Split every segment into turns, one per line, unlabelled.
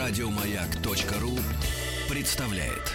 Радиомаяк.ру представляет.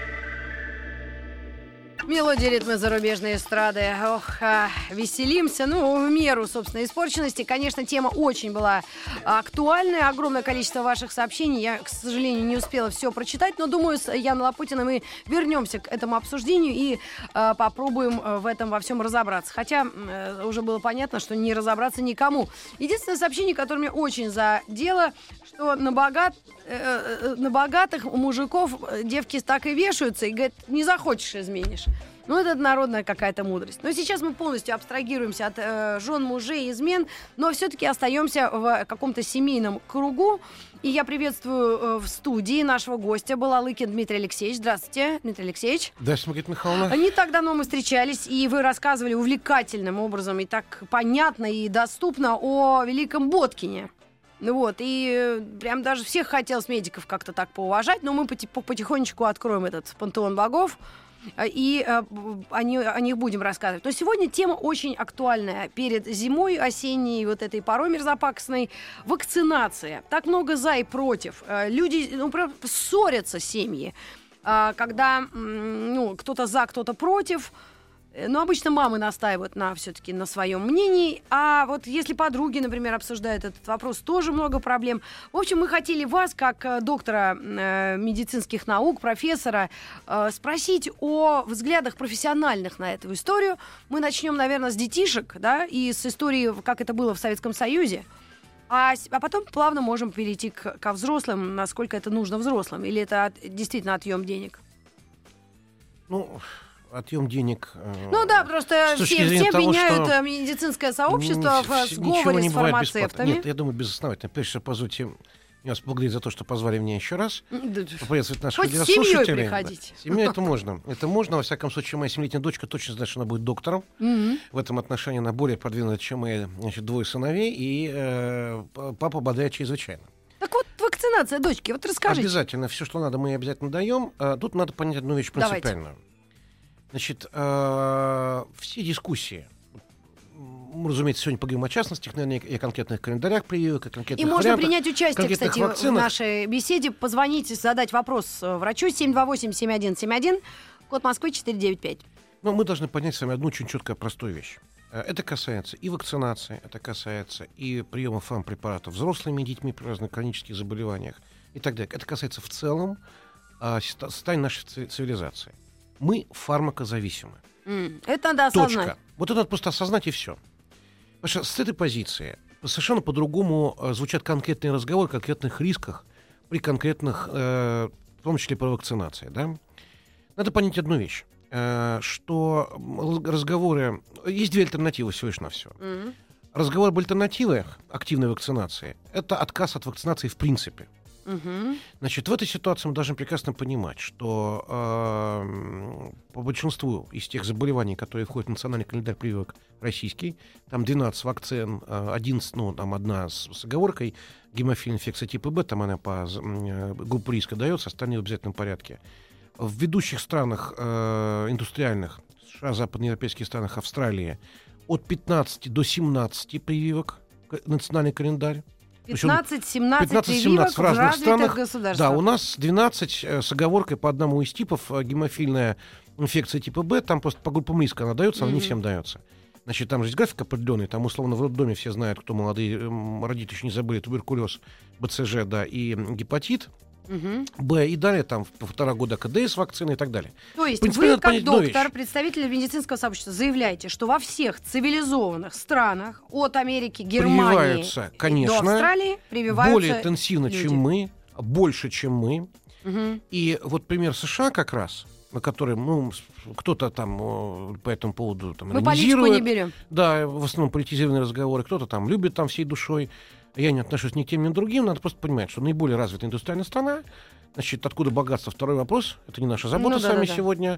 Мелодии, ритмы зарубежной эстрады. Веселимся, в меру, собственно, испорченности. Конечно, тема очень была актуальная. Огромное количество ваших сообщений. Я, к сожалению, не успела все прочитать, но, думаю, с Яной Лопутиной мы вернемся к этому обсуждению и попробуем в этом во всем разобраться. Хотя уже было понятно, что не разобраться никому. Единственное сообщение, которое мне очень задело, что на богатых мужиков девки так и вешаются и говорят, не захочешь, изменишь. Это народная какая-то мудрость. Но сейчас мы полностью абстрагируемся от жен, мужей, измен, но все-таки остаемся в каком-то семейном кругу. И я приветствую в студии нашего гостя, Балалыкин Дмитрий Алексеевич. Здравствуйте, Дмитрий Алексеевич.
Здравствуйте, Маргарита Михайловна.
Не так давно мы встречались, и вы рассказывали увлекательным образом и так понятно и доступно о великом Боткине. И прям даже всех хотелось медиков как-то так поуважать, но мы потихонечку откроем этот пантеон богов и о них будем рассказывать. Но сегодня тема очень актуальная перед зимой, осенней, этой порой мерзопакостной. Вакцинация. Так много за и против. Люди, ссорятся семьи, когда кто-то за, кто-то против. Но обычно мамы настаивают все-таки на своем мнении. А если подруги, например, обсуждают этот вопрос, тоже много проблем. В общем, мы хотели вас, как доктора медицинских наук, профессора, спросить о взглядах профессиональных на эту историю. Мы начнем, наверное, с детишек, и с истории, как это было в Советском Союзе. А потом плавно можем перейти ко взрослым, насколько это нужно взрослым. Или это действительно отъем денег?
Отъем денег.
Просто все обвиняют медицинское сообщество в сговоре с фармацевтами.
Нет, я думаю, безосновательно. Прежде всего, позвольте вас поблагодарить за то, что позвали меня еще раз. Поприветствовать наших радиослушателей.
С семьей приходить.
Семьей это можно. Это можно. Во всяком случае, моя 7-летняя дочка точно знает, что она будет доктором. В этом отношении она более продвинута, чем мои двое сыновей. И папа обладает чрезвычайно.
Так вакцинация дочки. Расскажите.
Обязательно. Все, что надо, мы ей обязательно даем. Тут надо понять одну вещь принципиальную. Значит, все дискуссии, мы, разумеется, сегодня поговорим о частностях, наверное, и о конкретных календарях прививок, о конкретных
вариантах. И можно принять участие, кстати,
вакцинах.
в нашей беседе. Позвоните, задать вопрос врачу 728-7171, код Москвы 495.
Мы должны понять с вами одну очень четкую, простую вещь. Это касается и вакцинации, это касается и приема фармпрепаратов взрослыми детьми при разных хронических заболеваниях и так далее. Это касается в целом состояния нашей цивилизации. Мы фармакозависимы.
Это надо осознать.
Точка. Это надо просто осознать, и все. Потому что с этой позиции совершенно по-другому звучат конкретные разговоры о конкретных рисках при конкретных, в том числе по вакцинации. Да? Надо понять одну вещь, что разговоры... Есть две альтернативы всего лишь на все. Разговор об альтернативах активной вакцинации — это отказ от вакцинации в принципе. Значит, в этой ситуации мы должны прекрасно понимать, что по большинству из тех заболеваний, которые входят в национальный календарь прививок российский, там 12 вакцин, 11, одна с оговоркой, гемофильная инфекция типа Б, там она по группе риска дается, остальные в обязательном порядке. В ведущих странах индустриальных, США, западноевропейских странах, Австралии, от 15 до 17 прививок национальный календарь.
15-17 прививок
в разных странах.
Государствах.
Да, у нас 12 с оговоркой по одному из типов гемофильная инфекция типа Б. Там просто по группам риска она дается, она не всем дается. Значит, там же есть график определенный. Там, условно, в роддоме все знают, кто молодые родители еще не забыли, туберкулез, БЦЖ, и гепатит Б, и далее там в 1,5 года КДС вакцины и так далее.
То есть вы, как доктор, представитель медицинского сообщества, заявляете, что во всех цивилизованных странах, от Америки, Германии до Австралии, прививаются
более интенсивно,
люди.
чем мы, больше, чем мы. И пример США как раз, на котором кто-то там по этому поводу
мы политику не берем.
Да, в основном политизированные разговоры, кто-то там любит там всей душой. Я не отношусь ни к тем, ни к другим. Надо просто понимать, что наиболее развитая индустриальная страна, значит, откуда богатство? Второй вопрос. Это не наша забота сегодня.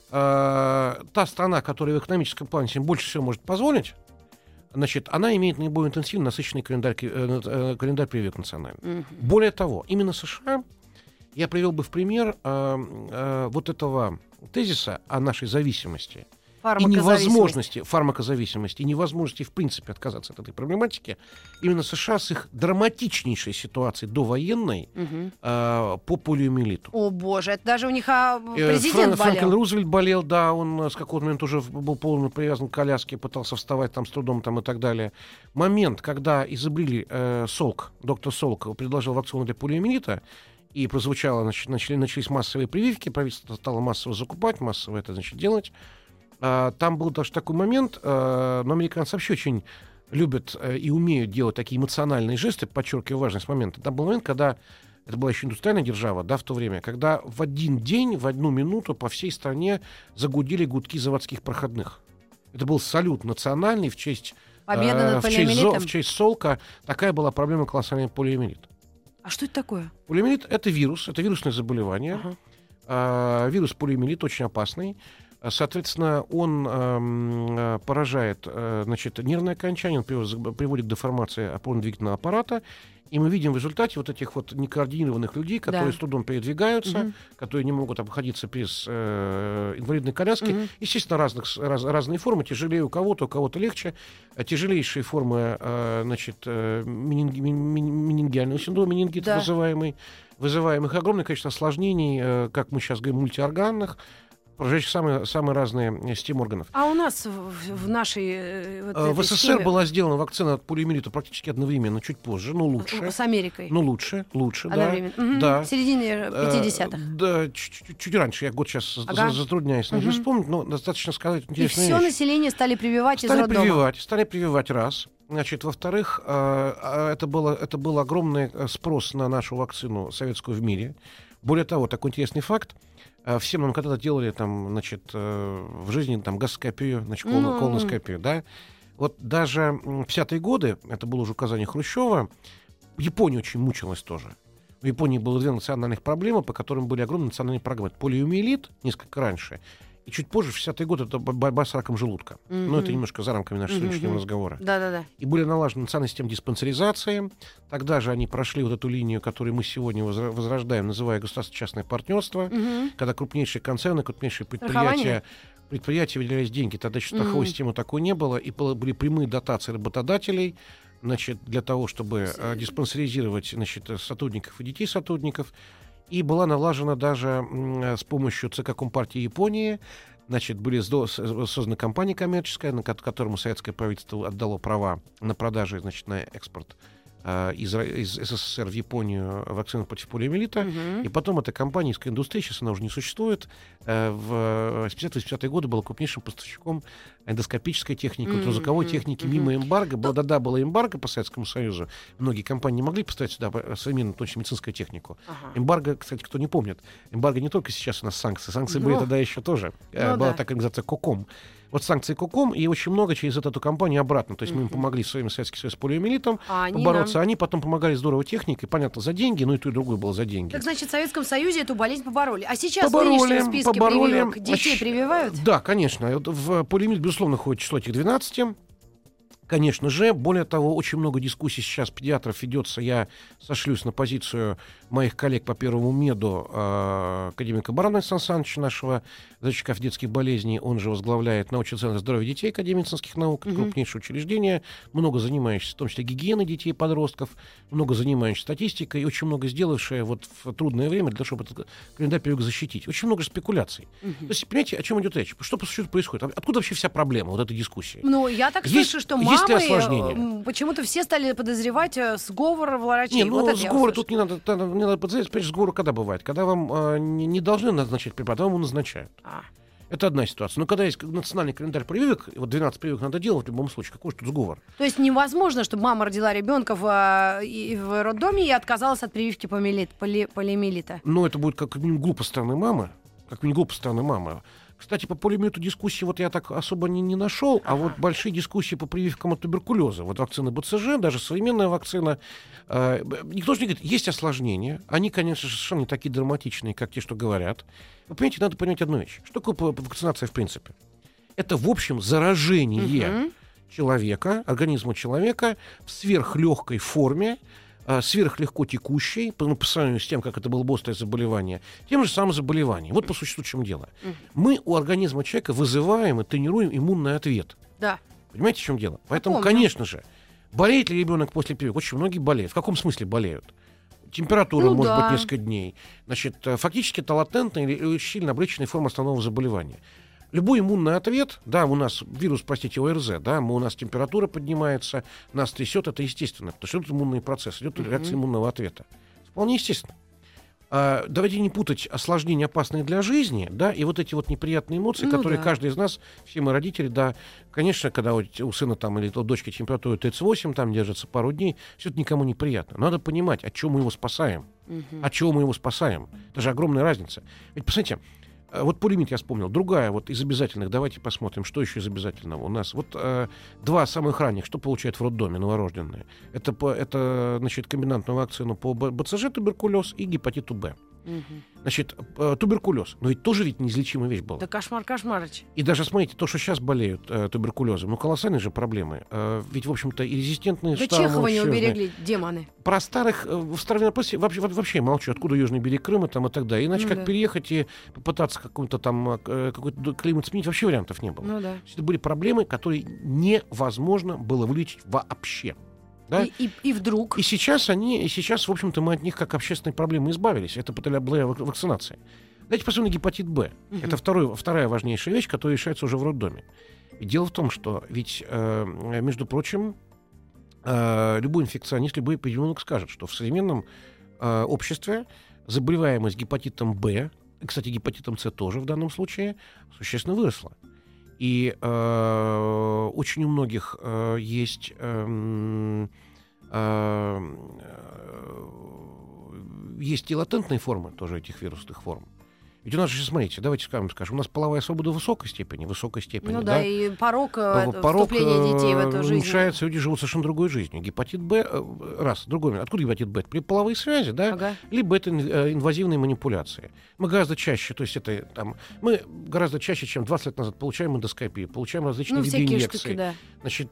Та страна, которая в экономическом плане себе больше всего может позволить, значит, она имеет наиболее интенсивно насыщенный календарь прививок национальный. Более того, именно США, я привел бы в пример этого тезиса о нашей зависимости и невозможности фармакозависимости, и невозможности в принципе отказаться от этой проблематики, именно США с их драматичнейшей ситуацией довоенной по полиомиелиту.
О боже, это даже у них президент болел.
Франклин Рузвельт болел, да, он с какого-то момента уже был полностью привязан к коляске, пытался вставать там с трудом там, и так далее. Момент, когда изобрели доктор Солк предложил вакцину для полиомиелита, и прозвучало, начались массовые прививки, правительство стало массово закупать, массово это, делать. Там был даже такой момент, но американцы вообще очень любят и умеют делать такие эмоциональные жесты, подчеркивая важность момента. Там был момент, когда это была еще индустриальная держава, да, в то время, когда в один день, в одну минуту по всей стране загудели гудки заводских проходных. Это был салют национальный в честь Солка. Такая была проблема колоссальная полиомиелит.
А что это такое?
Полиомиелит — это вирус, это вирусное заболевание. Вирус полиомиелит очень опасный. Соответственно, он поражает нервное окончание, он приводит к деформации опорно-двигательного аппарата. И мы видим в результате вот этих вот некоординированных людей, которые с трудом передвигаются, которые не могут обходиться без инвалидной коляски. Естественно, разные формы. Тяжелее у кого-то легче. Тяжелейшие формы менингиального синдрома, менингит вызываемых огромное количество осложнений, как мы сейчас говорим, мультиорганных, поражающих самые разные системы органов.
А у нас в нашей
в СССР была сделана вакцина от полиомиелита практически одновременно, чуть позже, но лучше.
С Америкой.
Ну, лучше, да.
Да. В середине 50-х.
Да, чуть раньше. Я год сейчас затрудняюсь вспомнить, но достаточно сказать интересную
вещь. И все
вещь.
население стали прививать из роддома.
Стали прививать, раз. Во-вторых, это был огромный спрос на нашу вакцину советскую в мире. Более того, такой интересный факт. Всем нам когда-то делали в жизни гастроскопию, колоноскопию, да. Вот даже в 50-е годы, это было уже указание Хрущева, Япония очень мучилась тоже. В Японии было две национальных проблемы, по которым были огромные национальные программы. Полиомиелит несколько раньше, и чуть позже, в 60-е годы, это борьба с раком желудка. Но это немножко за рамками нашего сегодняшнего разговора.
Да.
И были налажены национальные системы диспансеризации. Тогда же они прошли вот эту линию, которую мы сегодня возрождаем, называя государственно-частное партнерство, когда крупнейшие концерны, крупнейшие предприятия выделялись деньги. Тогда еще страховой системы такой не было, и были прямые дотации работодателей, для того, чтобы диспансеризировать сотрудников и детей сотрудников. И была налажена даже с помощью ЦК Компартии Японии, были созданы компания коммерческая, которому советское правительство отдало права на продажи, на экспорт из СССР в Японию вакцины против полиомиелита. И потом эта компания из индустрии, сейчас она уже не существует, в 50-80-е годы была крупнейшим поставщиком эндоскопической техники, ультразвуковой техники мимо эмбарго. Была эмбарго по Советскому Союзу. Многие компании не могли поставить сюда современную точно медицинскую технику. Эмбарго, кстати, кто не помнит, эмбарго не только сейчас у нас санкции. Санкции были тогда еще тоже. Была такая организация КОКОМ. Вот санкции КОКОМ, и очень много через эту компанию обратно. То есть мы им помогли в своем Советском Союзе с полиомиелитом побороться. Они потом помогали здорово техникой, понятно, за деньги, но и то, и другое было за деньги.
Так значит, в Советском Союзе эту болезнь побороли. А сейчас в нынешнем списке прививок детей прививают?
Да, конечно. В полиомиелит, безусловно, ходит число этих 12. Конечно же, более того, очень много дискуссий сейчас педиатров ведется. Я сошлюсь на позицию моих коллег по первому меду, академика Барана Александра Александровича, нашего заведующего кафедрой детских болезней. Он же возглавляет научный центр здоровья детей Академии медицинских наук, крупнейшее учреждение, много занимающееся, в том числе, гигиеной детей и подростков, много занимающееся статистикой и очень много сделавшее в трудное время для того, чтобы этот календарь прививок защитить. Очень много спекуляций. То есть, понимаете, о чем идет речь? Что по существу происходит? Откуда вообще вся проблема вот этой дискуссии?
Ну, я так слышу, что мамы почему-то все стали подозревать сговор врачей.
Сговор тут не надо подозревать. Понимаете, сговор когда бывает? Когда вам не должны назначать препарат, а вам его назначают. Это одна ситуация. Но когда есть национальный календарь прививок, 12 прививок надо делать в любом случае. Какой же тут сговор? То
есть невозможно, чтобы мама родила ребенка в роддоме и отказалась от прививки полиомиелита?
Ну, это будет как минимум глупо стороны мамы. Кстати, по полиомиелиту дискуссии я так особо не нашел, а вот большие дискуссии по прививкам от туберкулеза. Вот вакцина БЦЖ, даже современная вакцина. Никто же не говорит, есть осложнения. Они, конечно, совершенно не такие драматичные, как те, что говорят. Вы понимаете, надо понять одну вещь. Что такое вакцинация в принципе? Это, в общем, заражение человека, организма человека в сверхлегкой форме сверхлегко текущей, по сравнению с тем, как это было бы острое заболевание, тем же самым заболеванием. Вот по существу в чем дело. Мы у организма человека вызываем и тренируем иммунный ответ.
Да.
Понимаете, в чем дело? Поэтому, конечно же, болеет ли ребенок после прививок? Очень многие болеют. В каком смысле болеют? Температура может быть несколько дней. Значит, фактически это латентная или очень сильно облегченная форма основного заболевания. Любой иммунный ответ, да, у нас вирус, простите, ОРЗ, да, у нас температура поднимается, нас трясет, это естественно, потому что идет иммунный процесс, идет реакция иммунного ответа. Вполне естественно. Давайте не путать осложнения, опасные для жизни, да, и вот эти вот неприятные эмоции, которые каждый из нас, все мы родители, да, конечно, когда у сына там или у дочки температура 38, там держится пару дней, все это никому не приятно. Надо понимать, от чего мы его спасаем. От чего мы его спасаем. Это же огромная разница. Ведь, посмотрите, вот пулемет я вспомнил. Другая вот из обязательных. Давайте посмотрим, что еще из обязательного у нас. Вот два самых ранних. Что получают в роддоме новорожденные? Это значит, комбинантную вакцину по БЦЖ, туберкулез и гепатиту Б. Значит, туберкулез. Но ведь тоже неизлечимая вещь была.
Да кошмар-кошмарыч.
И даже, смотрите, то, что сейчас болеют туберкулезом, ну, колоссальные же проблемы. Ведь, в общем-то, и резистентные
да
штаммы...
Чехова не уберегли, демоны.
Про старых в стране вообще молчу, откуда Южный берег Крыма там и так далее. Иначе как переехать и попытаться какой-то климат сменить, вообще вариантов не было. Это были проблемы, которые невозможно было вылечить вообще. Да?
И вдруг.
И сейчас, в общем-то, мы от них как общественной проблемы избавились. Это благодаря вакцинации. Давайте посмотрим на гепатит Б. Это вторая важнейшая вещь, которая решается уже в роддоме. И дело в том, что ведь, между прочим, любой инфекционист, любой эпидемиолог скажет, что в современном обществе заболеваемость гепатитом Б, кстати, гепатитом С тоже в данном случае, существенно выросла. И очень у многих есть и латентные формы тоже этих вирусных форм. Ведь у нас же, смотрите, давайте скажем, у нас половая свобода в высокой степени.
Ну да, и порог вступления детей в эту жизнь
уменьшается, люди живут совершенно другой жизнью. Гепатит Б, другой. Откуда гепатит Б? При половые связи, да? Либо это инвазивные манипуляции. Мы гораздо чаще, мы гораздо чаще, чем 20 лет назад, получаем эндоскопию, получаем различные виды инъекций.
Штуки, да.
Значит,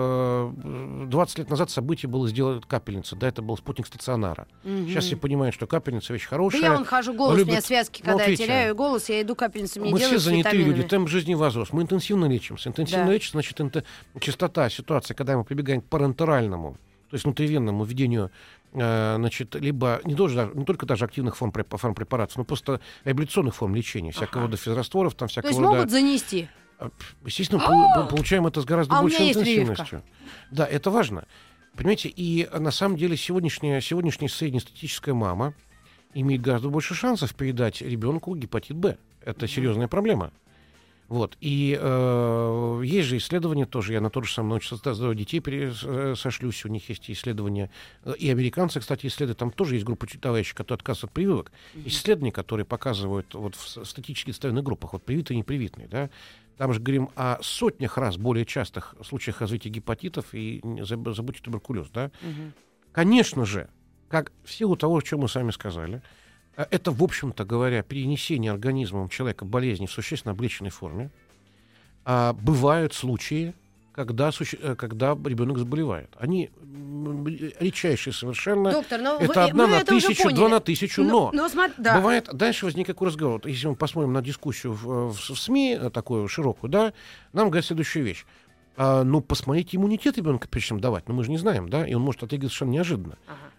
20 лет назад событие было сделать капельница, да, это был спутник стационара. Сейчас все понимают, что капельница вещь хорошая.
Да я хожу, голос у меня связки, когда я теряю голос, я иду капельницу, мне делают с витаминами. Мы все занятые люди, темп жизни возрос. Мы интенсивно лечимся. Лечимся, значит, частота ситуации, когда мы прибегаем к парентеральному, то есть внутривенному введению, значит, либо не только даже активных форм препаратов, но просто реабилитационных форм лечения, всякого рода физрастворов, там всякого рода... То есть могут занести?
Естественно, получаем это с гораздо большей интенсивностью. Да, это важно. Понимаете, и на самом деле сегодняшняя среднестатистическая мама имеет гораздо больше шансов передать ребенку гепатит Б. Это серьезная проблема. Вот. И есть же исследования тоже, я на то же самое научное здоровье детей сошлюсь, у них есть исследования, и американцы, кстати, исследуют, там тоже есть группа товарищей, которые отказываются от прививок. Исследования, которые показывают вот в статистически представленных группах, вот привитые и непривитные, да, там же говорим о сотнях раз более частых случаях развития гепатитов и забудьте туберкулез, да. Конечно же, как в силу того, о чем мы с вами сказали, это, в общем-то говоря, перенесение организмом человека болезни в существенно облегченной форме. Бывают случаи, когда ребенок заболевает. Они редчайшие совершенно.
Доктор,
это 1 на 1000, 2 на 1000, но
да.
Бывает, дальше возникает какой разговор. Вот, если мы посмотрим на дискуссию в СМИ, такую широкую, да, нам говорят следующую вещь. Посмотрите иммунитет ребенка, прежде чем давать. Но мы же не знаем, да, и он может отреагировать совершенно неожиданно.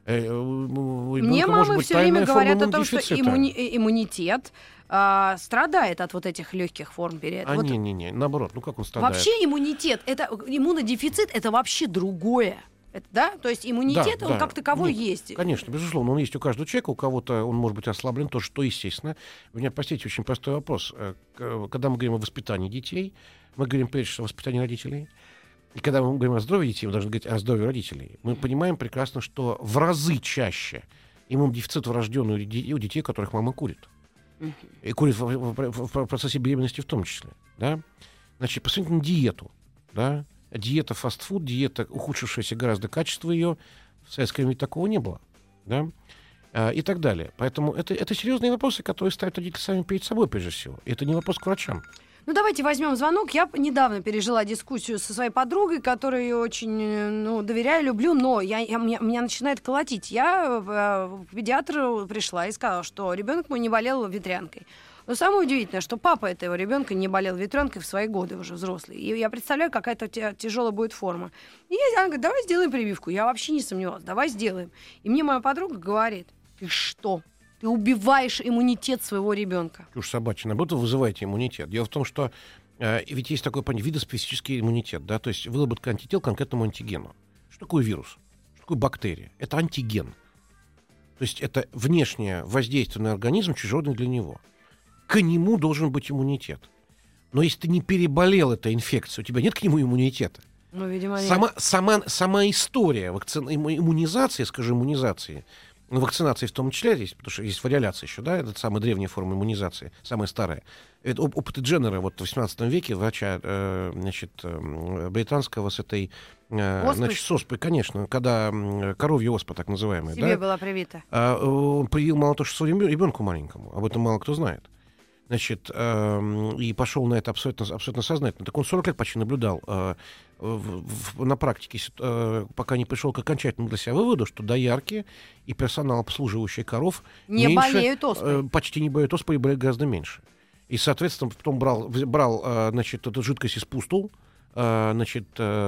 Мне мамы все время говорят о том, что иммунитет страдает от вот этих легких форм переедания.
Не, наоборот, как он страдает?
Вообще иммунитет, иммунодефицит, это вообще другое. Да? То есть иммунитет, он как таковой есть.
Конечно, безусловно, он есть у каждого человека, у кого-то он может быть ослаблен, тоже, что естественно. Вы меня простите, очень простой вопрос. Когда мы говорим о воспитании детей, мы говорим прежде всего о воспитании родителей. И когда мы говорим о здоровье детей, мы должны говорить о здоровье родителей. Мы понимаем прекрасно, что в разы чаще иммунодефицит врожденный у детей, у которых мама курит. И курит в процессе беременности в том числе. Да? Значит, посмотрите на диету. Да? Диета фастфуд, диета, ухудшившаяся гораздо качество ее. В советское время такого не было. Да? И так далее. Поэтому это серьезные вопросы, которые ставят родители сами перед собой, прежде всего. И это не вопрос к врачам.
Ну, давайте возьмем звонок. Я недавно пережила дискуссию со своей подругой, которой очень доверяю, люблю, но меня начинает колотить. Я к педиатру пришла и сказала, что ребенок мой не болел ветрянкой. Но самое удивительное, что папа этого ребенка не болел ветрянкой в свои годы уже взрослый. И я представляю, какая-то тяжелая будет форма. И она говорит, давай сделаем прививку. Я вообще не сомневалась, давай сделаем. И мне моя подруга говорит, ты что? Ты убиваешь иммунитет своего ребенка.
Чушь собачья. Наоборот, вы вызываете иммунитет. Дело в том, что ведь есть такое понятие видоспецифический иммунитет, да, то есть выработка антител к конкретному антигену. Что такое вирус? Что такое бактерия? Это антиген. То есть это внешнее воздействие на организм, чужеродный для него. К нему должен быть иммунитет. Но если ты не переболел этой инфекцией, у тебя нет к нему иммунитета.
Ну, видимо, нет.
Сама история иммунизации, скажем, иммунизации, вакцинации в том числе, есть, потому что есть вариоляция еще, да, это самая древняя форма иммунизации, самая старая. Это опыты Дженнера вот в 18 веке, врача британского с этой, с оспой, конечно, когда коровья оспа, так называемая.
Себе
да,
была привита.
Он привил мало того, что своему ребенку маленькому, об этом мало кто знает. Значит, и пошел на это абсолютно сознательно. Так он 40 лет почти наблюдал на практике, пока не пришел к окончательному для себя выводу, что доярки и персонал, обслуживающий коров,
не болеют оспой.
Почти не болеют оспой и болеют гораздо меньше. И, соответственно, потом брал значит, эту жидкость из пустул, значит,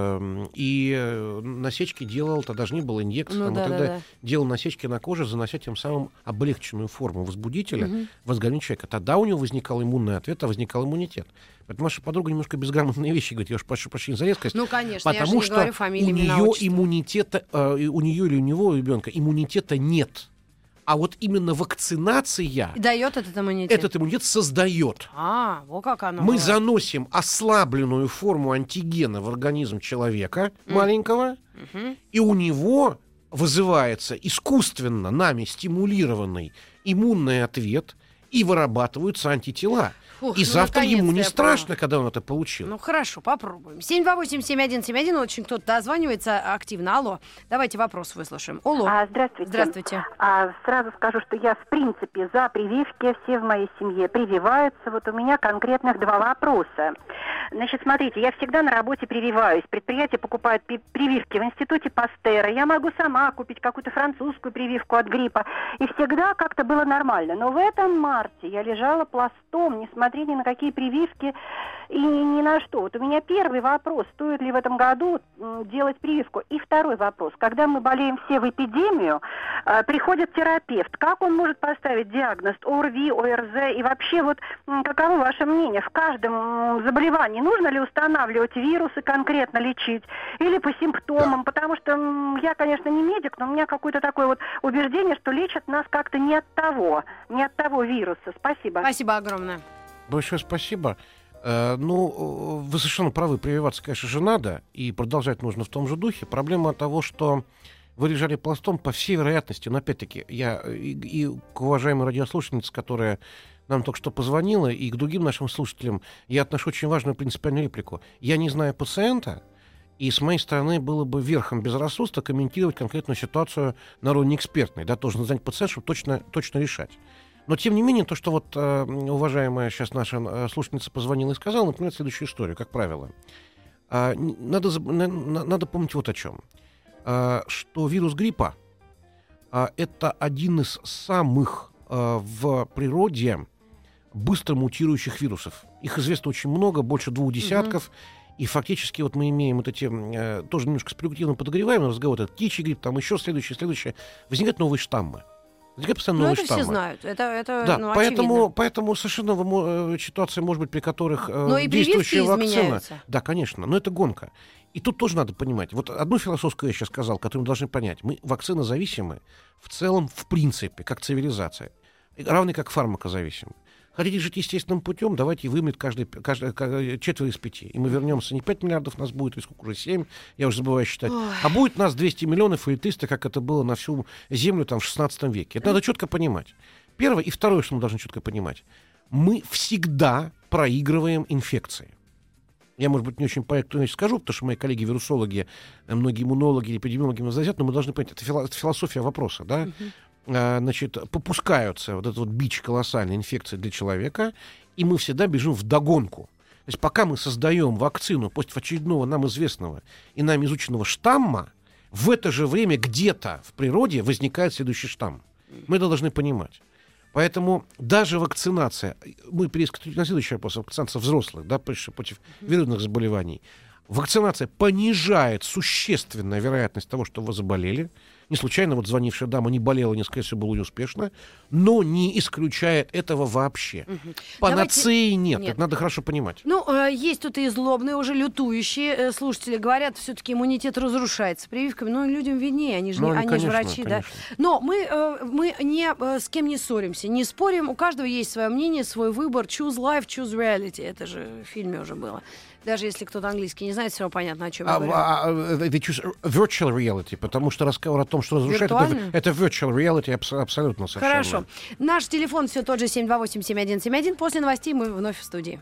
и насечки делал, тогда же не было инъекций, делал насечки на коже, занося тем самым облегченную форму возбудителя в организм человека. Тогда у него возникал иммунный ответ, а возникал иммунитет. Поэтому ваша подруга немножко безграмотные вещи говорит, я уж прошу прощения за резкость.
Ну, конечно,
потому
я же не
что
говорю фамилии,
у нее иммунитета, у нее или у него ребенка иммунитета нет. А вот именно вакцинация
дает этот иммунитет.
Этот иммунитет создает.
Вот как оно.
Мы заносим ослабленную форму антигена в организм человека маленького, и у него вызывается искусственно нами стимулированный иммунный ответ, и вырабатываются антитела.
Фух,
и завтра ему не страшно, когда он это получил.
Ну хорошо, попробуем. 728-7171, очень кто-то дозванивается активно. Алло, давайте вопрос выслушаем. Алло.
Здравствуйте.
Здравствуйте.
Сразу скажу, что я в принципе за прививки, все в моей семье прививаются. Вот у меня конкретных два вопроса. Значит, смотрите, я всегда на работе прививаюсь. Предприятие покупает прививки в институте Пастера. Я могу сама купить какую-то французскую прививку от гриппа. И всегда как-то было нормально. Но в этом марте я лежала пластом, несмотря ни на какие прививки и ни на что. Вот у меня первый вопрос, стоит ли в этом году делать прививку. И второй вопрос. Когда мы болеем все в эпидемию, приходит терапевт. Как он может поставить диагноз ОРВИ, ОРЗ? И вообще, вот каково ваше мнение? В каждом заболевании нужно ли устанавливать вирусы, конкретно лечить? Или по симптомам? Да. Потому что я, конечно, не медик, но у меня какое-то такое вот убеждение, что лечат нас как-то не от того вируса. Спасибо.
Спасибо огромное.
Большое спасибо. Ну, вы совершенно правы, прививаться, конечно же, надо, и продолжать нужно в том же духе. Проблема того, что вы лежали пластом, по всей вероятности, но опять-таки, я и к уважаемой радиослушательнице, которая нам только что позвонила, и к другим нашим слушателям, я отношу очень важную принципиальную реплику. Я не знаю пациента, и с моей стороны было бы верхом безрассудства комментировать конкретную ситуацию на уровне экспертной. Да, должен знать пациент, чтобы точно решать. Но, тем не менее, то, что вот уважаемая сейчас наша слушательница позвонила и сказала, например, следующую историю, как правило. Надо помнить вот о чем. Что вирус гриппа это один из самых в природе быстро мутирующих вирусов. Их известно очень много, больше 2 десятков. И фактически вот мы имеем вот эти, тоже немножко спекулятивно подогреваемый разговор, это птичий грипп, там еще следующее. Возникают новые штаммы.
Это все знают. Это
да, поэтому совершенно ситуация может быть, при которых действующая вакцина.
Изменяются.
Да, конечно, но это гонка. И тут тоже надо понимать. Вот одну философскую я сейчас сказал, которую мы должны понять. Мы вакцинозависимы в целом, в принципе, как цивилизация. Равно как фармакозависимы. Хотите жить естественным путем, давайте вымрет каждый 4 из 5. И мы вернемся, не 5 миллиардов нас будет, или сколько уже, 7, я уже забываю считать. А будет нас 200 миллионов или 300, как это было на всю Землю там, в 16 веке. Это надо четко понимать. Первое и второе, что мы должны четко понимать. Мы всегда проигрываем инфекции. Я, может быть, не очень корректно скажу, потому что мои коллеги-вирусологи, многие иммунологи, эпидемиологи возразят, но мы должны понять, это философия вопроса, да? Значит, попускаются вот этот вот бич колоссальной инфекции для человека, и мы всегда бежим вдогонку. То есть пока мы создаем вакцину против очередного нам известного и нам изученного штамма, в это же время где-то в природе возникает следующий штамм. Мы это должны понимать. Поэтому даже вакцинация, мы перескочили на следующий вопрос, вакцинация взрослых, да, против вирусных заболеваний. Вакцинация понижает существенно вероятность того, что вы заболели. Не случайно вот звонившая дама не болела, не, скорее всего, было неуспешно, но не исключает этого вообще. Панацеи нет, это надо хорошо понимать.
Ну, есть тут и злобные, уже лютующие слушатели, говорят, все-таки иммунитет разрушается прививками, но людям виднее, они же они же врачи, конечно. Да. Но мы не с кем не ссоримся, не спорим, у каждого есть свое мнение, свой выбор, choose life, choose reality, это же в фильме уже было. Даже если кто-то английский не знает, все равно понятно, о чем я говорю.
They choose virtual reality, потому что разговор о том, что разрушает, это virtual reality абсолютно совершенно.
Хорошо. Наш телефон все тот же 728-7171. После новостей мы вновь в студии.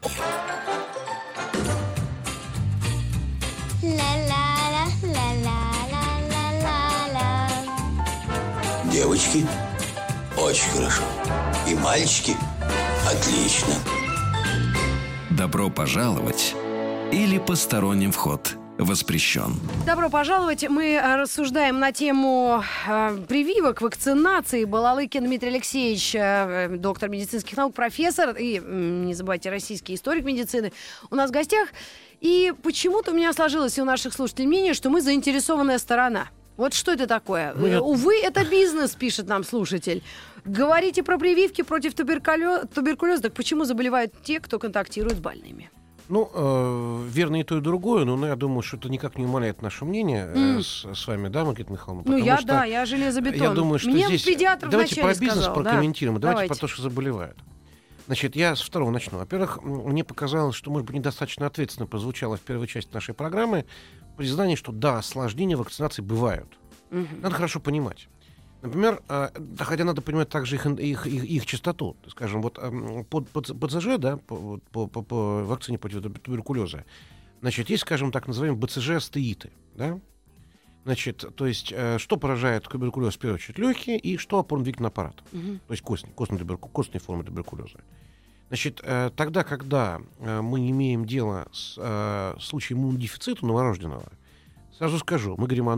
Девочки, очень хорошо. И мальчики, отлично. Добро пожаловать или посторонним вход воспрещен.
Добро пожаловать. Мы рассуждаем на тему прививок, вакцинации. Балалыкин Дмитрий Алексеевич, доктор медицинских наук, профессор и, не забывайте, российский историк медицины, у нас в гостях. И почему-то у меня сложилось и у наших слушателей мнение, что мы заинтересованная сторона. Вот что это такое? Увы, это бизнес, пишет нам слушатель. Говорите про прививки против туберкулеза. Так почему заболевают те, кто контактирует с больными?
Ну, верно и то, и другое, но я думаю, что это никак не умаляет наше мнение с вами, да, Маргарита Михайловна?
Ну, я железобетон.
Я думаю, что
мне
здесь...
педиатр
давайте про бизнес
сказал,
прокомментируем,
да?
давайте про то, что заболевают. Значит, я с второго начну. Во-первых, мне показалось, что, может быть, недостаточно ответственно прозвучало в первой части нашей программы признание, что да, осложнения вакцинации бывают. Надо хорошо понимать. Например, хотя надо понимать также их частоту. Скажем, вот по БЦЖ, да, по вакцине против туберкулеза, значит, есть, скажем, так называемые БЦЖ-астеиты, да? Значит, то есть, что поражает туберкулез, в первую очередь, легкие, и что опорно-двигательный аппарат, то есть костные формы туберкулеза. Значит, тогда, когда мы имеем дело с случаем иммунодефицита новорожденного, сразу скажу, мы говорим о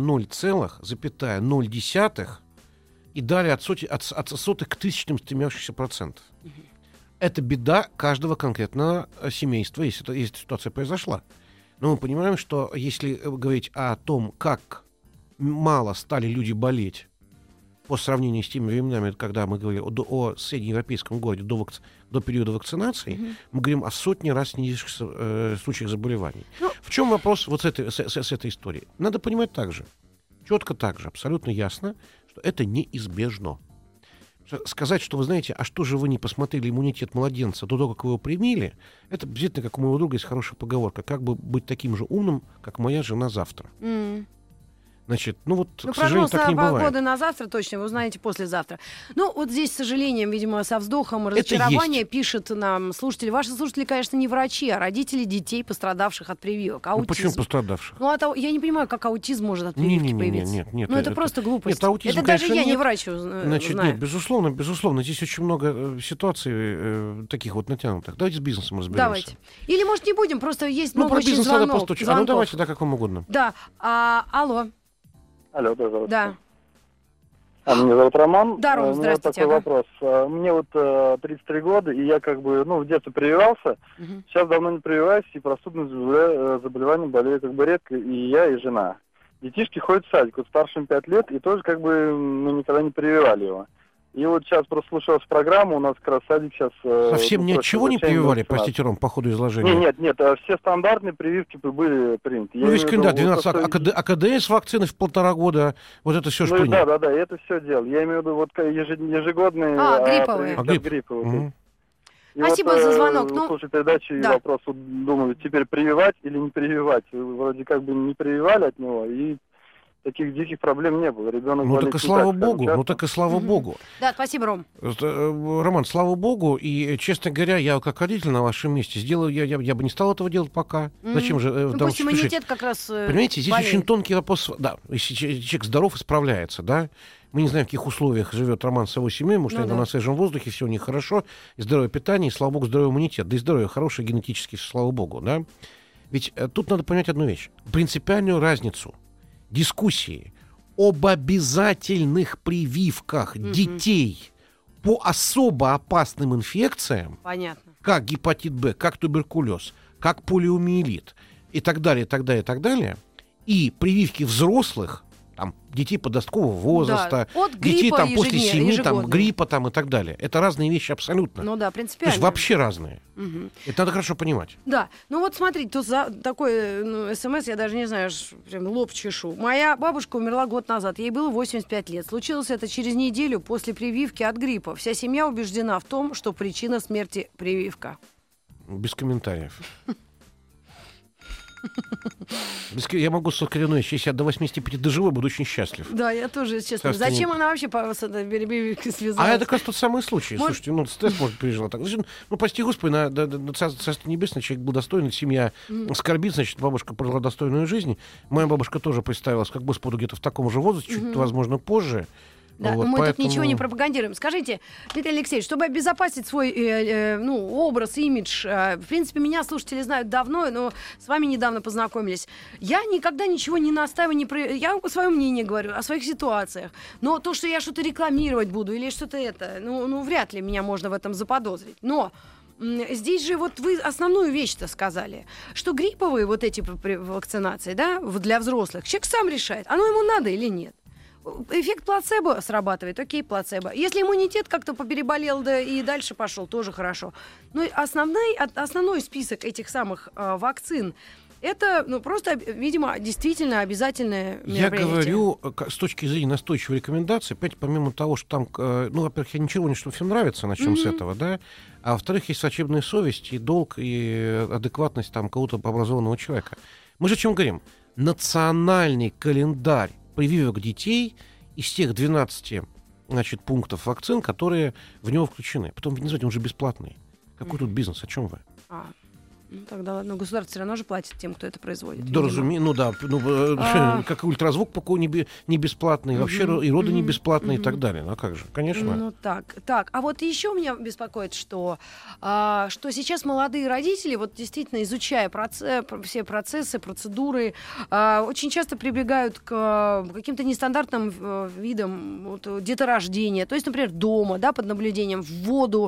0,0 и далее от сотых к тысячным стремящихся процентов. Это беда каждого конкретного семейства, если ситуация произошла. Но мы понимаем, что если говорить о том, как мало стали люди болеть по сравнению с теми временами, когда мы говорили о среднеевропейском городе до периода вакцинации, мы говорим о сотне раз снизившихся случаях заболеваний. В чем вопрос вот с этой историей? Надо понимать также, четко так же, абсолютно ясно, что это неизбежно. Сказать, что, вы знаете, а что же вы не посмотрели иммунитет младенца до того, как вы его примили, это действительно, как у моего друга есть хорошая поговорка, как бы быть таким же умным, как моя жена завтра. Значит, к сожалению, так не бывает.
Погоды на завтра точно, вы узнаете послезавтра. Вот здесь, с сожалением, видимо, со вздохом разочарования пишет нам слушатель. Ваши слушатели, конечно, не врачи, а родители детей, пострадавших от прививок. Аутизм.
Почему пострадавших?
Я не понимаю, как аутизм может от прививки появиться.
Нет.
Это просто глупость.
Нет, аутизм,
это даже я не врач
Значит,
знаю.
Нет, безусловно. Здесь очень много ситуаций таких вот натянутых. Давайте с бизнесом разберемся.
Давайте. Или, может, не будем, просто есть много очень
бизнес
звонков.
Надо постучать. Давайте, да, как вам угодно.
Да. Алло.
Алло, да.
Да.
Меня зовут Роман.
Да, Ром, здравствуйте.
У меня такой вопрос. Мне 33 года, и я в детстве прививался. Сейчас давно не прививаюсь, и простудным заболеванием болею редко, и я, и жена. Детишки ходят в садик, старшим 5 лет, и тоже никогда не прививали его. И сейчас просто слушал программу, у нас как раз садик сейчас...
Совсем ничего не прививали, простите, Ром, по ходу изложения?
Нет, все стандартные прививки были приняты.
Весь календарь, 12, АКДС вакцины в 1,5 года, вот это все, что принято.
Да, это все делал. Я имею в виду ежегодные...
грипповые.
Грипповые.
Спасибо за звонок.
Слушай передачу и вопрос, думаю, теперь прививать или не прививать? Вы вроде как бы не прививали от него, и таких диких проблем не было. Ребенок
ну
болеет
так и
не
слава
так,
богу,
часто.
ну так и слава богу.
Да, спасибо, Ром.
Роман, слава богу, и, честно говоря, я как родитель на вашем месте сделал, я бы не стал этого делать пока. Зачем же?
Ну, пусть иммунитет как раз
понимаете, здесь
болеет.
очень тонкий вопрос. Да, если человек здоров и справляется, да, мы не знаем, в каких условиях живет Роман с его семьей, может, они на свежем воздухе, все у них хорошо, и здоровое питание, и, слава богу, здоровый иммунитет, да и здоровье хорошее генетически, слава богу, да. Ведь тут надо понять одну вещь. Принципиальную разницу дискуссии об обязательных прививках детей по особо опасным инфекциям,
Понятно.
как гепатит Б, как туберкулез, как полиомиелит и так далее, и так далее, и так далее, и прививки взрослых, там, детей подросткового возраста,
Да, от
детей
гриппа
там, после 7, там,
ежегодно.
гриппа там, и так далее. Это разные вещи абсолютно.
Ну да,
То
принципиально.
есть вообще разные. Это надо хорошо понимать.
Да, ну вот смотрите, тут такой смс, я даже не знаю, прям лоб чешу. Моя бабушка умерла год назад, ей было 85 лет. Случилось это через неделю после прививки от гриппа. Вся семья убеждена в том, что причина смерти прививка.
Без комментариев. Я могу с коренной, если я до 85 доживу, буду очень счастлив.
Да, я тоже, честно.
Кажется,
Зачем она вообще с этой прививкой связалась?
А это как раз тот самый случай. Слушайте, ну, стресс, может, пережила так. Значит, ну, прости Господи, на Царство Небесное человек был достойный, семья скорбит, значит, бабушка прожила достойную жизнь. Моя бабушка тоже представилась как Господу где-то в таком же возрасте, чуть, возможно, позже.
Да,
вот,
мы
поэтому...
тут ничего не пропагандируем. Скажите, Дмитрий Алексеевич, чтобы обезопасить свой образ, имидж, в принципе, меня слушатели знают давно, но с вами недавно познакомились. Я никогда ничего не настаиваю, я свое мнение говорю о своих ситуациях. Но то, что я что-то рекламировать буду или что-то это, вряд ли меня можно в этом заподозрить. Но здесь же вот вы основную вещь-то сказали, что грипповые вот эти вакцинации, да, для взрослых, человек сам решает, оно ему надо или нет. Эффект плацебо срабатывает, окей, плацебо. Если иммунитет как-то попереболел, да и дальше пошел, тоже хорошо. Но основной список этих самых вакцин это, просто, видимо, действительно обязательное мероприятие.
Я говорю, с точки зрения настойчивой рекомендации, опять помимо того, что там, во-первых, я ничего не, что всем нравится, начнем с этого, да, а во-вторых, есть врачебная совесть и долг, и адекватность там какого-то образованного человека. Мы же о чем говорим? Национальный календарь прививок детей из тех 12, пунктов вакцин, которые в него включены. Потом, не знаете, он же бесплатный. Какой тут бизнес? О чем вы?
Тогда ладно, государство все равно же платит тем, кто это производит.
Да, как ультразвук не бесплатный, вообще и роды не бесплатные и так далее. Ну, а как же? Конечно.
Так. А вот еще меня беспокоит, что сейчас молодые родители, вот действительно изучая все процессы, процедуры, очень часто прибегают к каким-то нестандартным видам деторождения. То есть, например, дома, да, под наблюдением, в воду,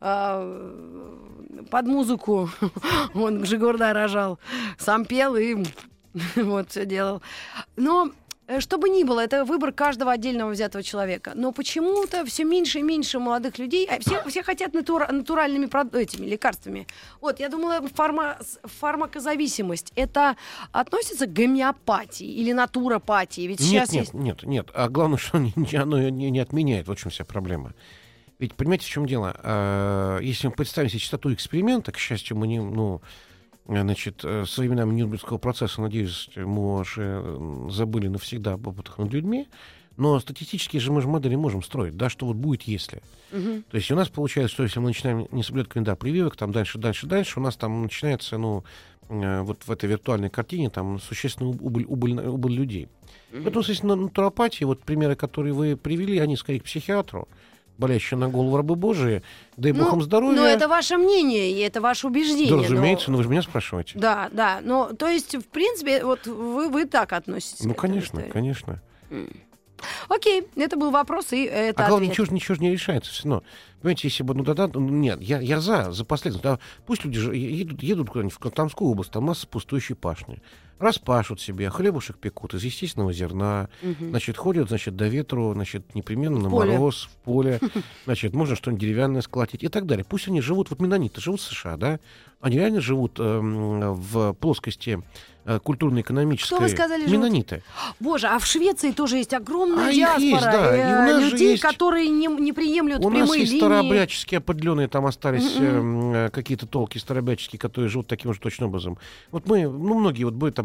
под музыку. Он Жигурда рожал, сам пел и вот все делал. Но что бы ни было, это выбор каждого отдельного взятого человека. Но почему-то все меньше и меньше молодых людей, все хотят натуральными этими лекарствами. Вот, я думала, фармакозависимость, это относится к гомеопатии или натуропатии? Ведь сейчас
нет. А главное, что оно не отменяет. Вот в чем вся проблема. Ведь понимаете, в чем дело? Если мы представим себе частоту эксперимента, к счастью, мы со временами Нюрнбергского процесса, надеюсь, мы уже забыли навсегда об опытах над людьми, но статистически же мы же модели можем строить, да, что вот будет, если. То есть у нас получается, что если мы начинаем не соблюдать календарь прививок, там дальше, у нас там начинается, вот в этой виртуальной картине, там существенная убыль людей. Поэтому, естественно, натуропатии, вот примеры, которые вы привели, они скорее к психиатру, болящие на голову рабы Божии, дай бог им здоровья.
Но это ваше мнение, и это ваше убеждение.
Да, разумеется, но вы же меня спрашиваете.
Да. Ну, то есть, в принципе, вот вы так относитесь к этому.
Конечно.
Окей, это был вопрос, и это
главное,
ответ.
ничего же не решается все равно. Понимаете, если бы, нет, я за последствия. Да, пусть люди же едут куда-нибудь в Костромскую область, там масса пустующей пашни. Распашут себе, хлебушек пекут из естественного зерна, ходят, до ветру, непременно на мороз, в поле, можно что-нибудь деревянное сколотить и так далее. Пусть они живут, вот менониты живут в США, да, они реально живут в плоскости культурно-экономической.
Что вы сказали,
менониты.
Боже, а в Швеции тоже есть огромная диаспора
есть, да. И у нас
людей,
есть...
которые не приемлют прямые линии.
У нас есть старообрядческие определенные, там остались какие-то толки старообрядческие, которые живут таким же точным образом. Вот мы, многие, будет там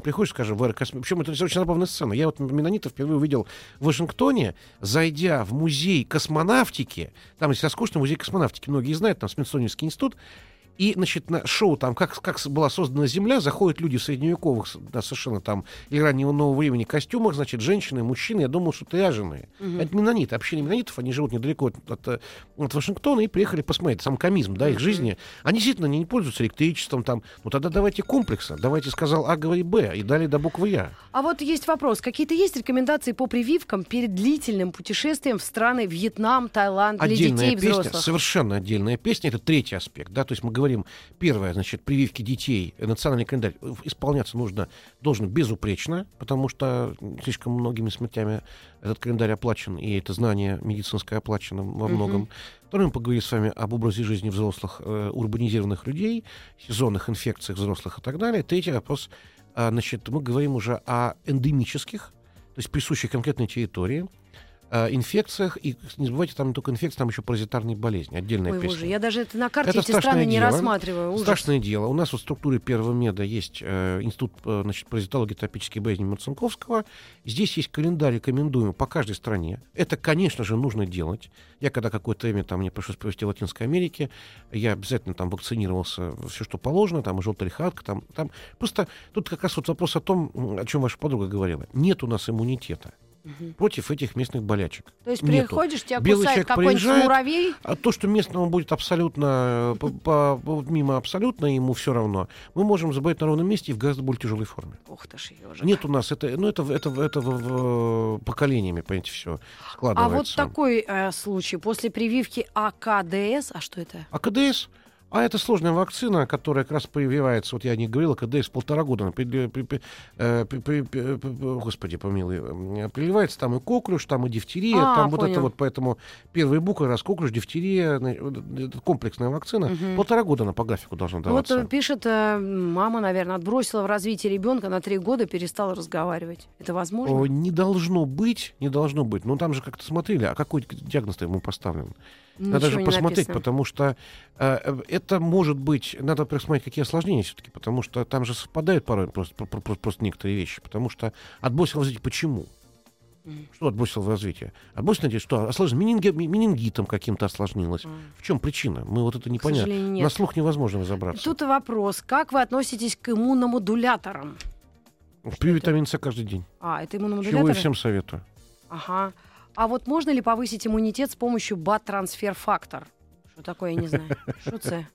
приходишь, скажем, в аэрокосмический... Причем это очень забавная сцена. Я вот менонитов впервые увидел в Вашингтоне, зайдя в музей космонавтики. Там есть роскошный музей космонавтики. Многие знают, там Смитсонианский институт. И, значит, на шоу там, как была создана Земля, заходят люди в средневековых, да, совершенно там, или раннего нового времени костюмах, значит, женщины, мужчины, я думал, что это ряженые. Это менониты, община менонитов, они живут недалеко от Вашингтона и приехали посмотреть сам комизм, да, их жизни. Они действительно не пользуются электричеством там. Ну тогда давайте комплексно, давайте, сказал А, говори Б, и далее до буквы Я.
А вот есть вопрос, какие-то есть рекомендации по прививкам перед длительным путешествием в страны Вьетнам, Таиланд, для детей и взрослых?
Песня, совершенно отдельная песня, это третий аспект, да, то есть мы говорим, первое, значит, прививки детей, национальный календарь исполняться должен безупречно, потому что слишком многими смертями этот календарь оплачен, и это знание медицинское оплачено во многом. Второе, мы поговорим с вами об образе жизни взрослых, урбанизированных людей, сезонных инфекциях взрослых и так далее. Третий вопрос, значит, мы говорим уже о эндемических, то есть присущих конкретной территории, инфекциях, и не забывайте, там не только инфекции, там еще паразитарные болезни, отдельная песня.
Боже, я даже это на карте эти страны не рассматриваю. Ужас.
Страшное дело. У нас в структуре первого меда есть институт, значит, паразитологии и тропических болезней Марцинковского. Здесь есть календарь, рекомендуемый по каждой стране. Это, конечно же, нужно делать. Я когда какое-то время, там, мне пришлось провести в Латинской Америке, я обязательно там вакцинировался, все, что положено, там, и желтая лихорадка, там. Просто тут как раз вот вопрос о том, о чем ваша подруга говорила. Нет у нас иммунитета против этих местных болячек.
То есть приходишь, тебя кусает какой-нибудь муравей?
А то, что местному будет абсолютно мимо абсолютно, ему все равно, мы можем заболеть на ровном месте и в гораздо более тяжелой форме.
Ух ты ж,
нет у нас это поколениями, понимаете, все складывается.
А вот такой случай. После прививки АКДС, а что это?
АКДС? А это сложная вакцина, которая как раз прививается, вот я не говорил, КДС 1,5 года, господи помилуй, прививается там и коклюш, там и дифтерия, там вот это вот, поэтому первые буквы, раз коклюш, дифтерия, комплексная вакцина, 1,5 года она по графику должна даваться.
Вот пишет, мама, наверное, отбросила в развитии ребенка на 3 года, перестала разговаривать. Это возможно?
Не должно быть. Но там же как-то смотрели, а какой диагноз ему поставлен? Надо же посмотреть, потому что это может быть... Надо посмотреть, какие осложнения все-таки, потому что там же совпадают порой просто некоторые вещи. Потому что отбросил в развитие почему? Что отбросил в развитие? Отбросил, что менингитом каким-то осложнилось. В чем причина? Мы вот это непонятно. На слух невозможно разобраться.
Тут вопрос. Как вы относитесь к иммуномодуляторам?
Пью витамин С каждый день.
Это иммуномодуляторы?
Чего я всем советую.
Ага. А вот можно ли повысить иммунитет с помощью БАТ-трансфер-фактор? Что такое, я не знаю. Что это?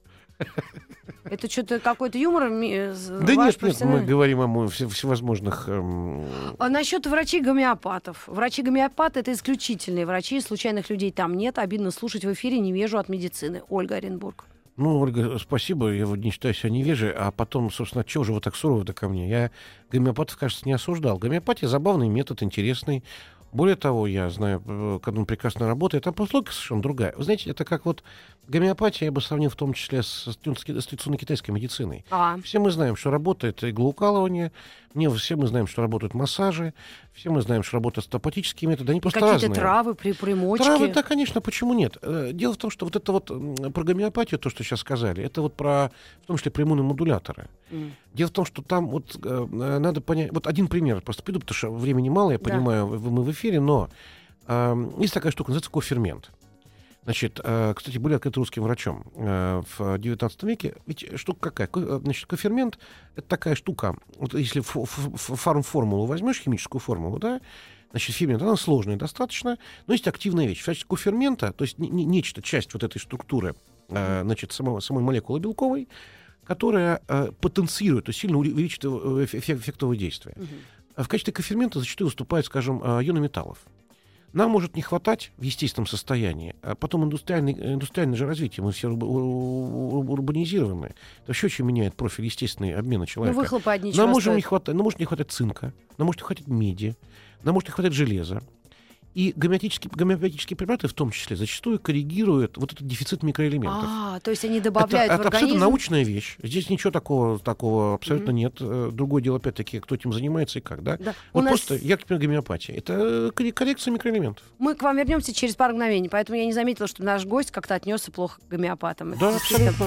Это что-то какой-то юмор?
Да нет, мы говорим о всевозможных...
А насчет врачей-гомеопатов. Врачи-гомеопаты — это исключительные врачи, случайных людей там нет. Обидно слушать в эфире невежу от медицины. Ольга Оренбург.
Ольга, спасибо, я не считаю себя невежей, а потом, собственно, чего же вы так сурово-то ко мне? Я гомеопатов, кажется, не осуждал. Гомеопатия — забавный метод, интересный. Более того, я знаю, как он прекрасно работает, а логика совершенно другая. Вы знаете, это как вот гомеопатия, я бы сравнил в том числе с традиционной китайской медициной. Все мы знаем, что работает иглоукалывание, все мы знаем, что работают массажи, все мы знаем, что работают остеопатические методы, они просто разные.
Какие-то травы, примочки.
Травы, да, конечно, почему нет? Дело в том, что вот это вот про гомеопатию, то, что сейчас сказали, это вот в том числе про иммуномодуляторы. Дело в том, что там вот надо понять... Вот один пример просто приду, потому что времени мало, я понимаю, мы в эфире, но есть такая штука, называется кофермент. Значит, кстати, были открыты русским врачом в 19 веке. Ведь штука какая? Значит, кофермент — это такая штука. Вот если формулу возьмешь, химическую формулу, да, значит, фермент, она сложная достаточно, но есть активная вещь. В качестве кофермента, то есть нечто, часть вот этой структуры, значит, самой молекулы белковой, которая потенцирует, то есть сильно увеличит эффектовое действие. В качестве кофермента зачастую выступают, скажем, ионы металлов. Нам может не хватать в естественном состоянии, а потом индустриальное же развитие, мы все урбанизированы. Это вообще очень меняет профиль естественный обмена человека.
Выхлопы одни
нам может не хватать цинка, нам может не хватать меди, нам может не хватать железа. И гомеопатические препараты в том числе зачастую коррегируют вот этот дефицит микроэлементов.
То есть они добавляют в организм?
Это абсолютно научная вещь. Здесь ничего такого абсолютно нет. Другое дело, опять-таки, кто этим занимается и как, да? Вот просто яркая гомеопатия. Это коррекция микроэлементов.
Мы к вам вернемся через пару мгновений, поэтому я не заметила, что наш гость как-то отнесся плохо к гомеопатам.
Да, абсолютно.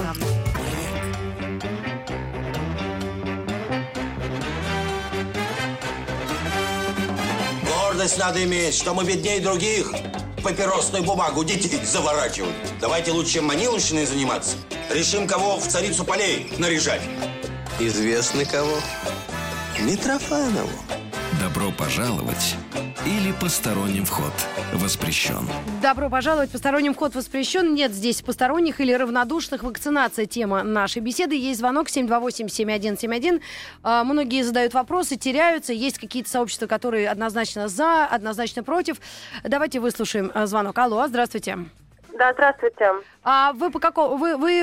Гордость надо иметь, что мы беднее других. Папиросную бумагу детей заворачивают. Давайте лучше маниловщиной заниматься. Решим, кого в царицу полей наряжать.
Известно кого? Митрофанову. Добро пожаловать или посторонним вход воспрещен.
Добро пожаловать, посторонним вход воспрещен. Нет здесь посторонних или равнодушных. Вакцинация — тема нашей беседы. Есть звонок 728-7171. Многие задают вопросы, теряются. Есть какие-то сообщества, которые однозначно за, однозначно против. Давайте выслушаем звонок. Алло, здравствуйте.
Да, здравствуйте.
А вы по какому...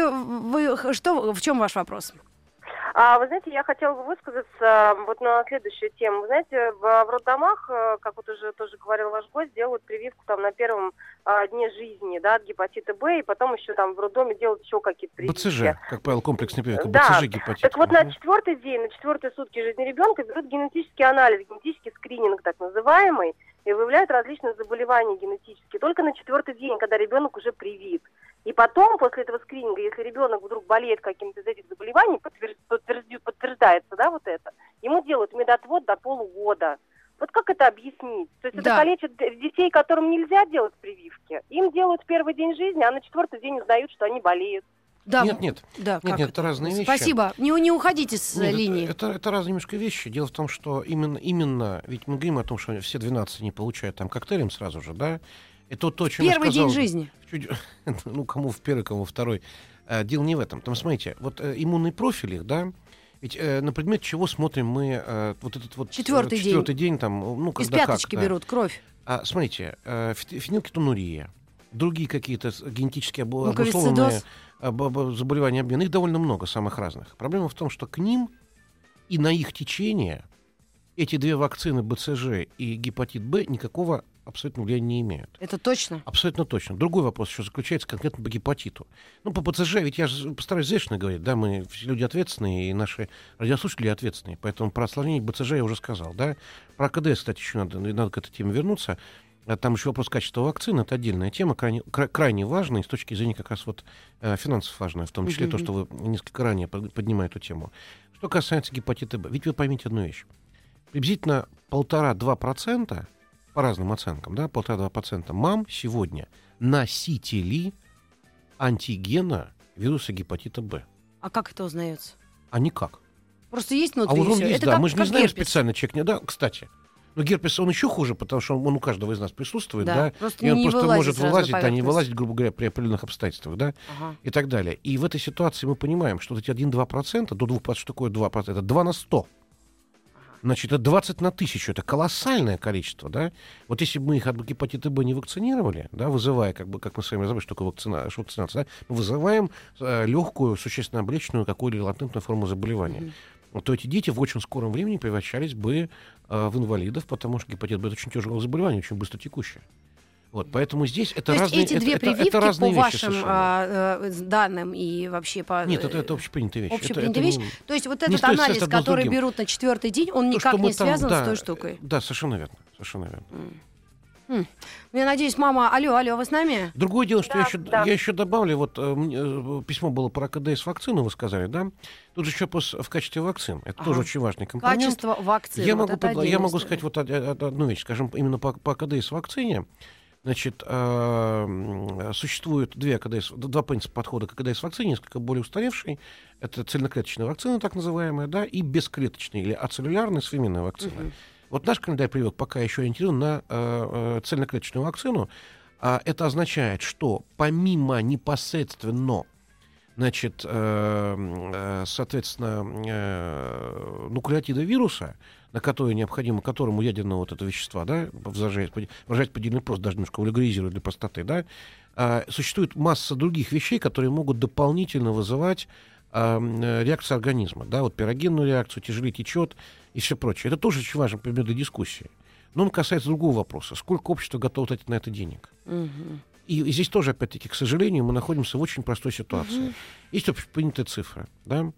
Вы что... В чем ваш вопрос?
Вы знаете, я хотела бы высказаться вот на следующую тему. Вы знаете, в роддомах, как вот уже тоже говорил ваш гость, делают прививку там на первом дне жизни, да, от гепатита Б, и потом еще там в роддоме делают еще какие-то прививки.
БЦЖ, как правило, комплексная прививка.
Да.
БЦЖ гепатит.
Так вот, на 4-й день, на 4-е сутки жизни ребенка берут генетический анализ, генетический скрининг так называемый, и выявляют различные заболевания генетические. Только на 4-й день, когда ребенок уже привит. И потом, после этого скрининга, если ребенок вдруг болеет каким-то из этих заболеваний, подтверждается, да, вот это, ему делают медотвод до полугода. Вот как это объяснить? То есть это калечит детей, которым нельзя делать прививки. Им делают в первый день жизни, а на 4-й день узнают, что они болеют.
Да.
Нет, это разные вещи.
Спасибо. Не уходите с линии.
Это разные немножко вещи. Дело в том, что именно, ведь мы говорим о том, что все 12 не получают там коктейлем сразу же, да? Это то, о чем я сказал.
Первый день жизни.
Ну, кому в первый, кому второй. Дело не в этом. Там, смотрите, вот иммунный профиль их, да, ведь на предмет чего смотрим мы вот этот вот четвертый день там, ну, когда
из пяточки берут кровь.
Смотрите, фенилкетонурия, другие какие-то генетически обусловленные заболевания обмена, их довольно много, самых разных. Проблема в том, что к ним и на их течение эти две вакцины БЦЖ и гепатит Б никакого абсолютно влияния не имеют.
Это точно?
Абсолютно точно. Другой вопрос еще заключается конкретно по гепатиту. Ну, по БЦЖ, ведь я же постараюсь взвешенно говорить, да, мы все люди ответственные, и наши радиослушатели ответственные, поэтому про осложнение БЦЖ я уже сказал, да. Про КДС, кстати, еще надо к этой теме вернуться. Там еще вопрос качества вакцины, это отдельная тема, крайне важная, и с точки зрения как раз вот финансов важная, в том числе то, что вы несколько ранее поднимали эту тему. Что касается гепатита Б, ведь вы поймите одну вещь. Приблизительно 1,5-2%, по разным оценкам, да, 1,5-2% мам сегодня носители антигена вируса гепатита Б.
А как это узнается?
А никак.
Просто есть внутри.
А вот он есть,
это
да.
как,
Мы же не знаем
герпес.
специально человек не. Да, кстати. Но герпес, он еще хуже, потому что он у каждого из нас присутствует, да.
Просто
и он
не
просто может вылазить,
да,
не вылазить, грубо говоря, при определенных обстоятельствах, да, и так далее. И в этой ситуации мы понимаем, что вот эти 1-2%, до 2%, что такое 2%? Это 2 на 100. Значит, это 20 на 1000, это колоссальное количество, да. Вот если бы мы их от гепатита Б не вакцинировали, да, вызывая, как мы с вами забыли, что такое вакцинация, да, мы вызываем легкую, существенно облегченную какую-либо латентную форму заболевания. То эти дети в очень скором времени превращались бы в инвалидов, потому что гепатит Б — это очень тяжелое заболевание, очень быстро текущее. Вот, поэтому здесь это разные вещи.
Эти две прививки,
это
по вашим данным и вообще по...
Нет, это общепринятая вещь.
Общепринятая вещь. То есть вот этот анализ, который берут на 4-й день, он никак не связан с той штукой?
Да, совершенно верно. Совершенно верно.
Я надеюсь, мама... Алло, вы с нами?
Другое дело, что я еще добавлю, вот письмо было про КДС вакцину, вы сказали, да? Тут же еще в качестве вакцин. Это тоже очень важный компонент.
Качество вакцин.
Я могу сказать вот одну вещь, скажем, именно по КДС вакцине. Значит, существует два принципа подхода к КДС вакцине, несколько более устаревший. Это цельноклеточная вакцина, так называемая, да, и бесклеточная или ацеллюлярная современная вакцина. Вот наш календарь прививок пока еще ориентирован на цельноклеточную вакцину. Это означает, что помимо непосредственно, значит, соответственно, нуклеотида вируса, на который необходимо, которому ядерного вот этого вещества, да, выражать предельный просто, даже немножко вульгаризировать для простоты, да, существует масса других вещей, которые могут дополнительно вызывать реакцию организма, да, вот пирогенную реакцию, тяжелее течет и все прочее. Это тоже очень важный предмет для дискуссии. Но он касается другого вопроса. Сколько общество готово тратить на это денег? И здесь тоже, опять-таки, к сожалению, мы находимся в очень простой ситуации. Есть общепринятая цифра, да,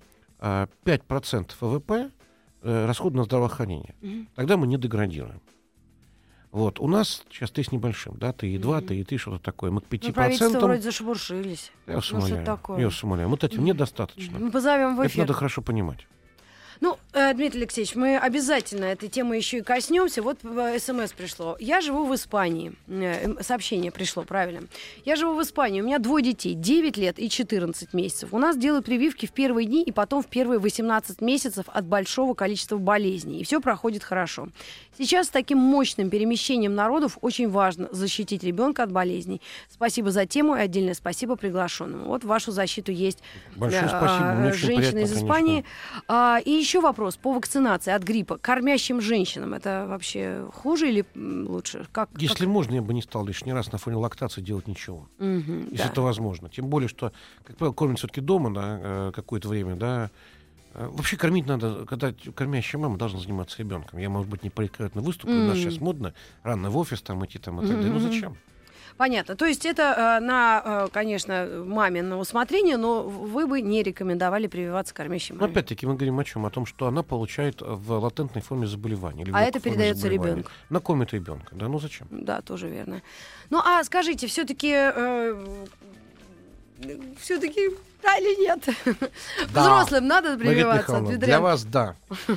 5% ВВП расходы на здравоохранение. Тогда мы не деградируем. Вот. У нас сейчас 3 с небольшим, да, 3,2, 3,3, что-то такое. Мы к 5%...
Ну, правительство вроде зашебуршились.
Я вас умоляю. Вот этим недостаточно.
Мы позовем в эфир.
Это надо хорошо понимать.
Ну, Дмитрий Алексеевич, мы обязательно этой темы еще и коснемся. Вот СМС пришло. Я живу в Испании. Сообщение пришло, правильно. Я живу в Испании. У меня 2 детей. 9 лет и 14 месяцев. У нас делают прививки в первые дни и потом в первые 18 месяцев от большого количества болезней. И все проходит хорошо. Сейчас с таким мощным перемещением народов очень важно защитить ребенка от болезней. Спасибо за тему и отдельное спасибо приглашенному. Вот в вашу защиту есть женщина из Испании. И еще вопрос по вакцинации от гриппа. Кормящим женщинам это вообще хуже или лучше?
Если можно, я бы не стал лишний раз на фоне лактации делать ничего. Если это возможно. Тем более, что, как правило, кормят все-таки дома, да, какое-то время, да. Вообще кормить надо, когда кормящая мама должна заниматься ребенком. Я, может быть, не политкорректно выступлю, у нас сейчас модно рано в офис там идти, там, и так далее. Ну зачем?
Понятно. То есть это, конечно, маме на усмотрение, но вы бы не рекомендовали прививаться кормящей маме.
Но опять-таки мы говорим о чем? О том, что она получает в латентной форме заболевания.
А это передается ребенку.
Накормит ребенка. Да, ну зачем?
Да, тоже верно. Ну, а скажите, все-таки да или нет? Да. Взрослым надо прививаться от ветрянки?
Для вас да.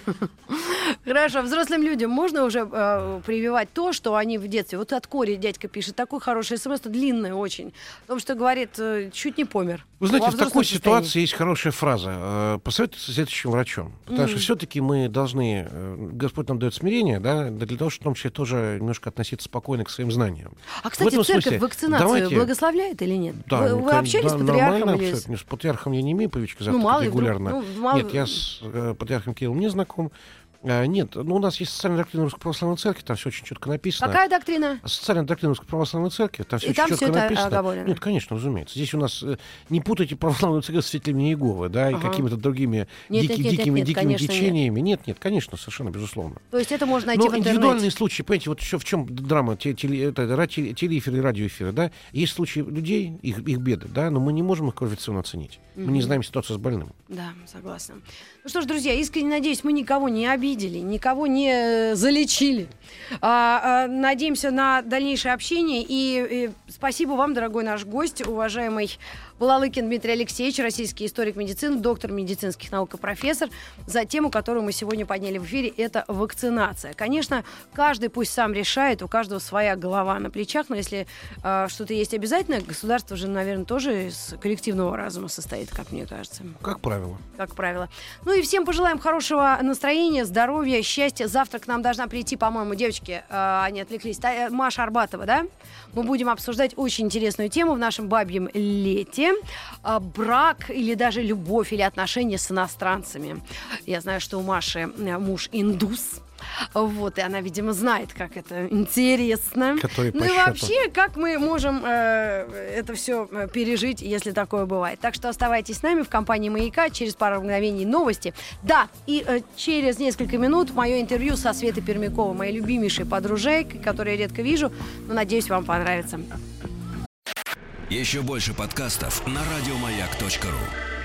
Хорошо, взрослым людям можно уже прививать то, что они в детстве. Вот от Кори дядька пишет, такой хороший смс, длинный очень. Потому что говорит, чуть не помер.
Вы знаете, в такой ситуации есть хорошая фраза. Посоветуйтесь с следующим врачом. Потому что все-таки мы должны, Господь нам дает смирение, да, для того, чтобы в том числе тоже немножко относиться спокойно к своим знаниям.
А, кстати, церковь вакцинацию благословляет или нет?
Да,
вы общались с патриархом?
Абсолютно. С патриархом я не имею привычки завтракать регулярно. Нет, я с патриархом Кириллом не знаком. Нет, ну у нас есть социальная доктрина Русской Православной Церкви, там все очень четко написано.
Какая доктрина?
Социальная доктрина Русской Православной Церкви, там все очень четко написано.
Оговорено.
Нет, конечно, разумеется. Здесь у нас не путайте православную церковь с святыми Иеговы, да, и какими-то другими дикими течениями. Нет, конечно, совершенно безусловно.
То есть это можно найти в интернете.
Индивидуальные случаи, понимаете, вот еще в чем драма телеэфира и радиоэфира, да, есть случаи людей, их беды, да, но мы не можем их квалифицированно оценить. Мы не знаем ситуацию с больным.
Да, согласна. Ну что ж, друзья, искренне надеюсь, мы никого не обидели, никого не залечили. Надеемся на дальнейшее общение. И спасибо вам, дорогой наш гость, уважаемый Балалыкин Дмитрий Алексеевич, российский историк медицины, доктор медицинских наук и профессор, за тему, которую мы сегодня подняли в эфире, это вакцинация. Конечно, каждый пусть сам решает, у каждого своя голова на плечах, но если что-то есть обязательно, государство же, наверное, тоже из коллективного разума состоит, как мне кажется.
Как правило.
Как правило. Ну и всем пожелаем хорошего настроения, здоровья, счастья. Завтра к нам должна прийти, по-моему, девочки, они отвлеклись, Маша Арбатова, да? Мы будем обсуждать очень интересную тему в нашем бабьем лете. Брак или даже любовь или отношения с иностранцами. Я знаю, что у Маши муж индус. Вот, и она, видимо, знает, как это интересно. Ну и вообще, как мы можем это все пережить, если такое бывает. Так что оставайтесь с нами в компании «Маяка». Через пару мгновений новости. Да, и через несколько минут мое интервью со Светой Пермяковой, моей любимейшей подружайкой, которую я редко вижу, но, надеюсь, вам понравится.
Еще больше подкастов на радиомаяк.ру.